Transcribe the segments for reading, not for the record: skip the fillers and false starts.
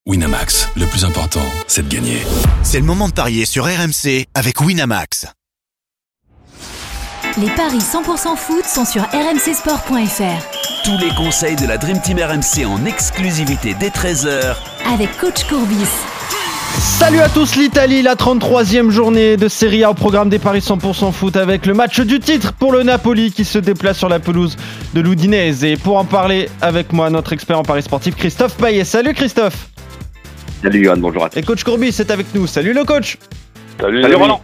Winamax, le plus important, c'est de gagner. C'est le moment de parier sur RMC avec Winamax. Les paris 100% foot sont sur rmcsport.fr. Tous les conseils de la Dream Team RMC en exclusivité dès 13h avec Coach Courbis. Salut à tous, l'Italie, la 33e journée de Serie A au programme des paris 100% foot avec le match du titre pour le Napoli qui se déplace sur la pelouse de l'Udinese. Et pour en parler avec moi, notre expert en paris sportif Christophe Payet. Salut Christophe. Salut Johan, bonjour à tous. Et coach Courbis est avec nous. Salut le coach. Salut Roland.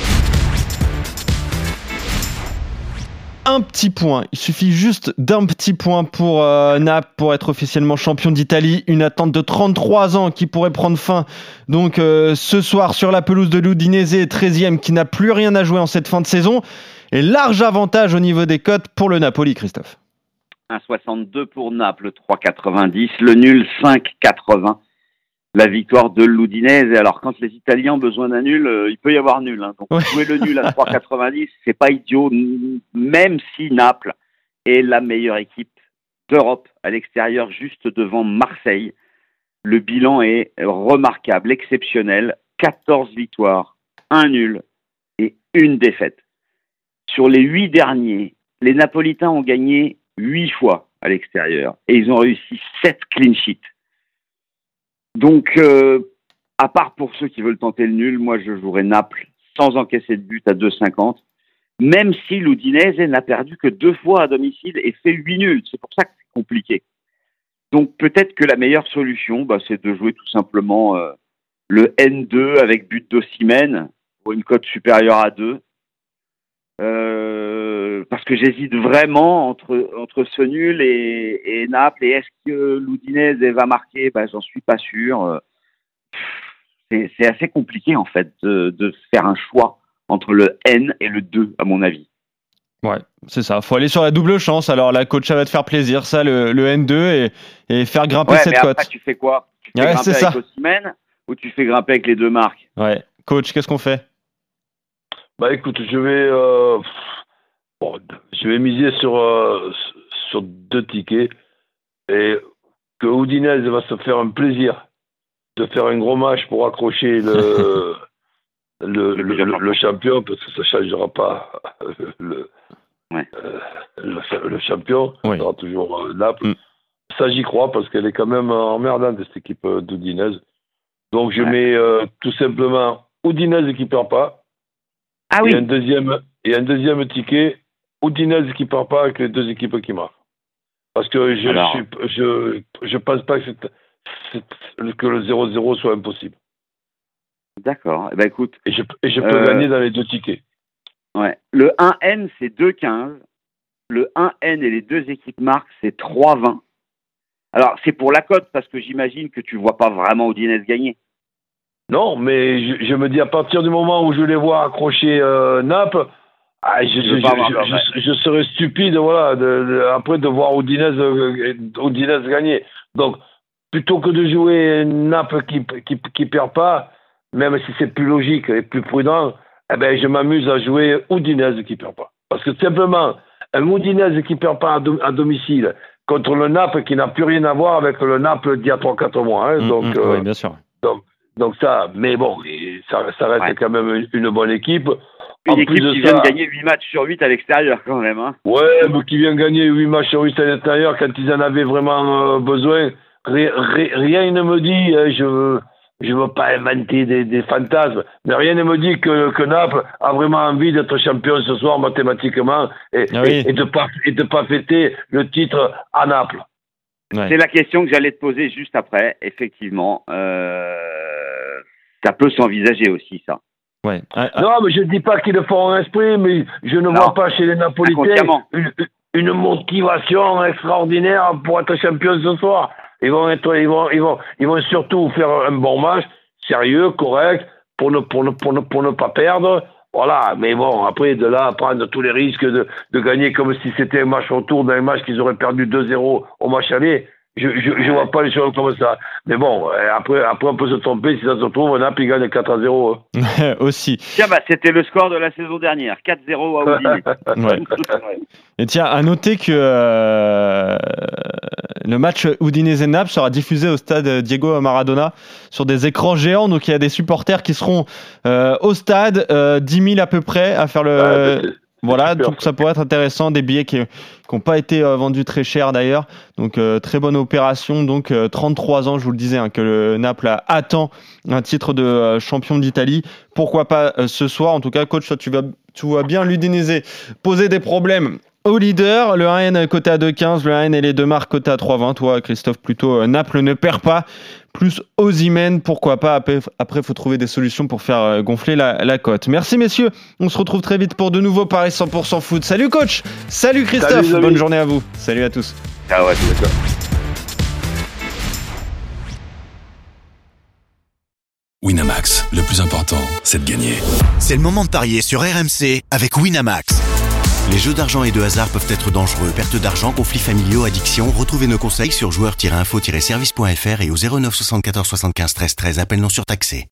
Un petit point, il suffit juste d'un petit point pour Naples pour être officiellement champion d'Italie. Une attente de 33 ans qui pourrait prendre fin donc ce soir sur la pelouse de l'Udinese, 13e, qui n'a plus rien à jouer en cette fin de saison. Et large avantage au niveau des cotes pour le Napoli, Christophe. 1,62 pour Naples, 3,90. Le nul, 5,80. La victoire de l'Udinese. Alors, quand les Italiens ont besoin d'un nul, il peut y avoir nul. Hein. Donc, jouer le nul à 3,90, c'est pas idiot, même si Naples est la meilleure équipe d'Europe à l'extérieur, juste devant Marseille. Le bilan est remarquable, exceptionnel. 14 victoires, 1 nul et 1 défaite. Sur les 8 derniers, les Napolitains ont gagné 8 fois à l'extérieur et ils ont réussi 7 clean sheets. Donc, à part pour ceux qui veulent tenter le nul, moi je jouerais Naples sans encaisser de but à 2,50, même si l'Udinese n'a perdu que 2 fois à domicile et fait 8 nuls. C'est pour ça que c'est compliqué. Donc peut-être que la meilleure solution, c'est de jouer tout simplement le N2 avec but d'Osimhen pour une cote supérieure à 2. Parce que j'hésite vraiment entre ce nul et Naples. Et est-ce que l'Udinese va marquer ? J'en suis pas sûr. C'est assez compliqué en fait de faire un choix entre le N et le 2 à mon avis. Ouais, c'est ça. Faut aller sur la double chance. Alors la coach, ça va te faire plaisir, ça, le N2 et faire grimper cette cote. Après, tu fais quoi ? Tu fais grimper avec Osimhen ou tu fais grimper avec les deux marques ? Ouais. Coach, qu'est-ce qu'on fait ? Écoute, je vais miser sur 2 tickets et que Udinese va se faire un plaisir de faire un gros match pour accrocher le champion, parce que ça ne changera pas le champion, ça sera toujours Naples. Ça, j'y crois, parce qu'elle est quand même emmerdante, cette équipe d'Udinese. Donc, je mets tout simplement Udinese qui ne perd pas. Ah oui. Et un deuxième ticket, Udinese qui ne perd pas avec les 2 équipes qui marquent. Parce que je pense pas que le 0-0 soit impossible. D'accord. Écoute. Et je peux gagner dans les 2 tickets. Ouais. Le 1N, c'est 2,15. Le 1N et les 2 équipes marquent, c'est 3,20. Alors, c'est pour la cote, parce que j'imagine que tu ne vois pas vraiment Udinese gagner. Non, mais je me dis, à partir du moment où je les vois accrocher Naples, je serais stupide, après de voir Udinese gagner. Donc, plutôt que de jouer Naples qui perd pas, même si c'est plus logique et plus prudent, je m'amuse à jouer Udinese qui perd pas. Parce que simplement, un Udinese qui perd pas à domicile contre le Naples qui n'a plus rien à voir avec le Naples d'il y a 3-4 mois. Oui, bien sûr. Donc ça, mais bon, ça reste quand même une bonne équipe. Une équipe qui vient de gagner 8 matchs sur 8 à l'extérieur quand même. Hein. Ouais, mais qui vient de gagner 8 matchs sur 8 à l'extérieur quand ils en avaient vraiment besoin. Rien ne me dit, je veux pas inventer des fantasmes, mais rien ne me dit que Naples a vraiment envie d'être champion ce soir mathématiquement et de pas fêter le titre à Naples. Ouais. C'est la question que j'allais te poser juste après. Effectivement, ça peut s'envisager aussi, ça. Ouais. Non, mais je ne dis pas qu'ils le font en esprit, mais je ne vois pas chez les Napolitains une motivation extraordinaire pour être champion ce soir. Ils vont surtout faire un bon match, sérieux, correct, pour ne pas perdre. Voilà, mais bon, après, de là à prendre tous les risques de gagner comme si c'était un match retour d'un match qu'ils auraient perdu 2-0 au match aller, Je vois pas les choses comme ça. Mais bon, après on peut se tromper. Si ça se trouve, Naples, il gagne 4-0. Aussi. Tiens, c'était le score de la saison dernière. 4-0 à Udinese. Ouais. Et tiens, à noter que le match Udinese-Naples sera diffusé au stade Diego Maradona sur des écrans géants. Donc il y a des supporters qui seront au stade, 10 000 à peu près, à faire le... Voilà, donc ça pourrait être intéressant, des billets qui n'ont pas été vendus très cher d'ailleurs, donc très bonne opération, donc 33 ans, je vous le disais, que le Naples attend un titre de champion d'Italie, pourquoi pas ce soir, en tout cas coach, toi, tu vois bien l'Udinese poser des problèmes au leader, le 1N coté à 2,15, le 1N et les deux marques coté à 3,20, toi Christophe plutôt Naples ne perd pas, plus Osimhen, pourquoi pas, après il faut trouver des solutions pour faire gonfler la cote. Merci messieurs, on se retrouve très vite pour de nouveaux paris 100% foot. Salut coach, salut Christophe, salut, bonne journée à vous, salut à tous. Ah ouais, c'est ça. Winamax, le plus important, c'est de gagner. C'est le moment de parier sur RMC avec Winamax. Les jeux d'argent et de hasard peuvent être dangereux. Perte d'argent, conflits familiaux, addiction. Retrouvez nos conseils sur joueurs-info-service.fr et au 09 74 75 13 13. Appel non surtaxé.